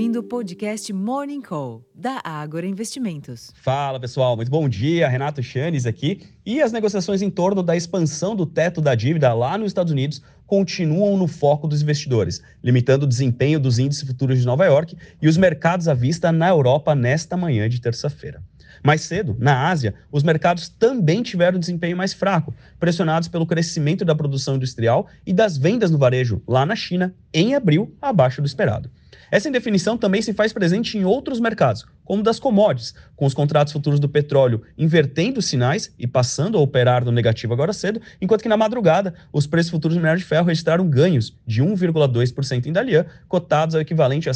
ouvindo o podcast Morning Call, da Ágora Investimentos. Fala pessoal, muito bom dia, Renato Chanes aqui. E as negociações em torno da expansão do teto da dívida lá nos Estados Unidos continuam no foco dos investidores, limitando o desempenho dos índices futuros de Nova York e os mercados à vista na Europa nesta manhã de terça-feira. Mais cedo, na Ásia, os mercados também tiveram um desempenho mais fraco, pressionados pelo crescimento da produção industrial e das vendas no varejo lá na China, em abril, abaixo do esperado. Essa indefinição também se faz presente em outros mercados, como o das commodities, com os contratos futuros do petróleo invertendo os sinais e passando a operar no negativo agora cedo, enquanto que na madrugada, os preços futuros do minério de ferro registraram ganhos de 1,2% em Dalian, cotados ao equivalente a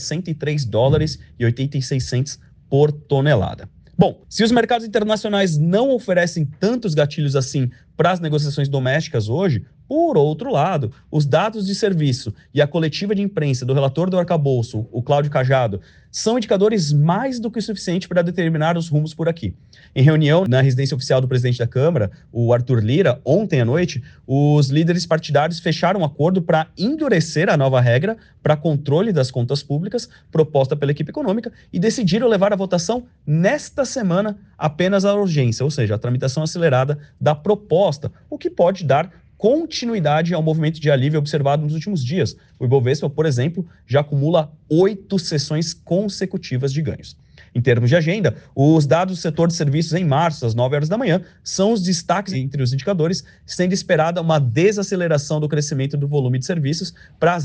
$103,86 por tonelada. Bom, se os mercados internacionais não oferecem tantos gatilhos assim para as negociações domésticas hoje, por outro lado, os dados de serviço e a coletiva de imprensa do relator do arcabouço, o Cláudio Cajado, são indicadores mais do que o suficiente para determinar os rumos por aqui. Em reunião na residência oficial do presidente da Câmara, o Arthur Lira, ontem à noite, os líderes partidários fecharam um acordo para endurecer a nova regra para controle das contas públicas proposta pela equipe econômica e decidiram levar a votação nesta semana apenas à urgência, ou seja, a tramitação acelerada da proposta, o que pode dar continuidade ao movimento de alívio observado nos últimos dias. O Ibovespa, por exemplo, já acumula 8 sessões consecutivas de ganhos. Em termos de agenda, os dados do setor de serviços em março, às 9 horas da manhã, são os destaques entre os indicadores, sendo esperada uma desaceleração do crescimento do volume de serviços para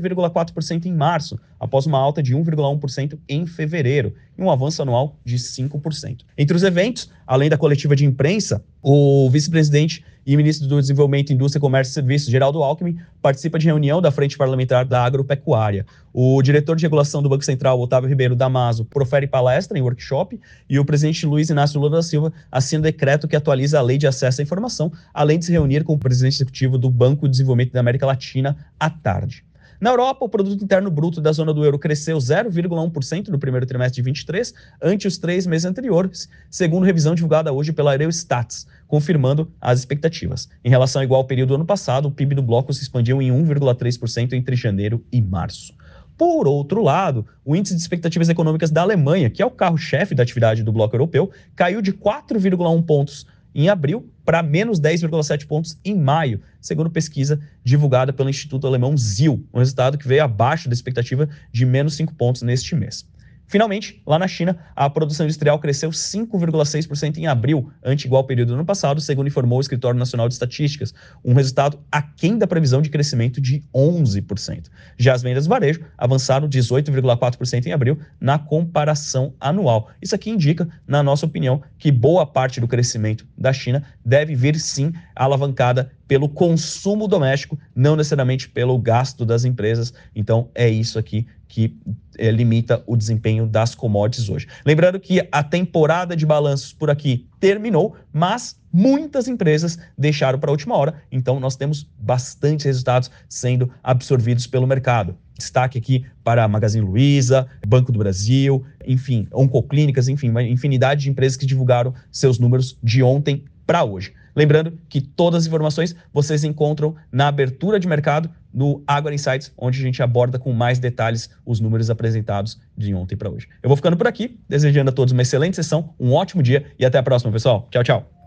0,4% em março, após uma alta de 1,1% em fevereiro, e um avanço anual de 5%. Entre os eventos, além da coletiva de imprensa, o vice-presidente e ministro do Desenvolvimento, Indústria, Comércio e Serviços, Geraldo Alckmin, participa de reunião da Frente Parlamentar da Agropecuária. O diretor de regulação do Banco Central, Otávio Ribeiro Damaso, profere palestra em workshop e o presidente Luiz Inácio Lula da Silva assina decreto que atualiza a Lei de Acesso à Informação, além de se reunir com o presidente executivo do Banco de Desenvolvimento da América Latina à tarde. Na Europa, o produto interno bruto da zona do euro cresceu 0,1% no primeiro trimestre de 23, ante os 3 meses anteriores, segundo revisão divulgada hoje pela Eurostat, confirmando as expectativas. Em relação ao igual período do ano passado, o PIB do bloco se expandiu em 1,3% entre janeiro e março. Por outro lado, o índice de expectativas econômicas da Alemanha, que é o carro-chefe da atividade do bloco europeu, caiu de 4,1 pontos em abril para menos 10,7 pontos em maio, segundo pesquisa divulgada pelo Instituto Alemão ZIL, um resultado que veio abaixo da expectativa de menos 5 pontos neste mês. Finalmente, lá na China, a produção industrial cresceu 5,6% em abril, ante igual período do ano passado, segundo informou o Escritório Nacional de Estatísticas, um resultado aquém da previsão de crescimento de 11%. Já as vendas do varejo avançaram 18,4% em abril na comparação anual. Isso aqui indica, na nossa opinião, que boa parte do crescimento da China deve vir sim alavancada pelo consumo doméstico, não necessariamente pelo gasto das empresas. Então é isso aqui que limita o desempenho das commodities hoje. Lembrando que a temporada de balanços por aqui terminou, mas muitas empresas deixaram para a última hora, então nós temos bastantes resultados sendo absorvidos pelo mercado. Destaque aqui para a Magazine Luiza, Banco do Brasil, enfim, Oncoclínicas, enfim, uma infinidade de empresas que divulgaram seus números de ontem para hoje. Lembrando que todas as informações vocês encontram na abertura de mercado no Ágora Insights, onde a gente aborda com mais detalhes os números apresentados de ontem para hoje. Eu vou ficando por aqui, desejando a todos uma excelente sessão, um ótimo dia e até a próxima, pessoal. Tchau, tchau.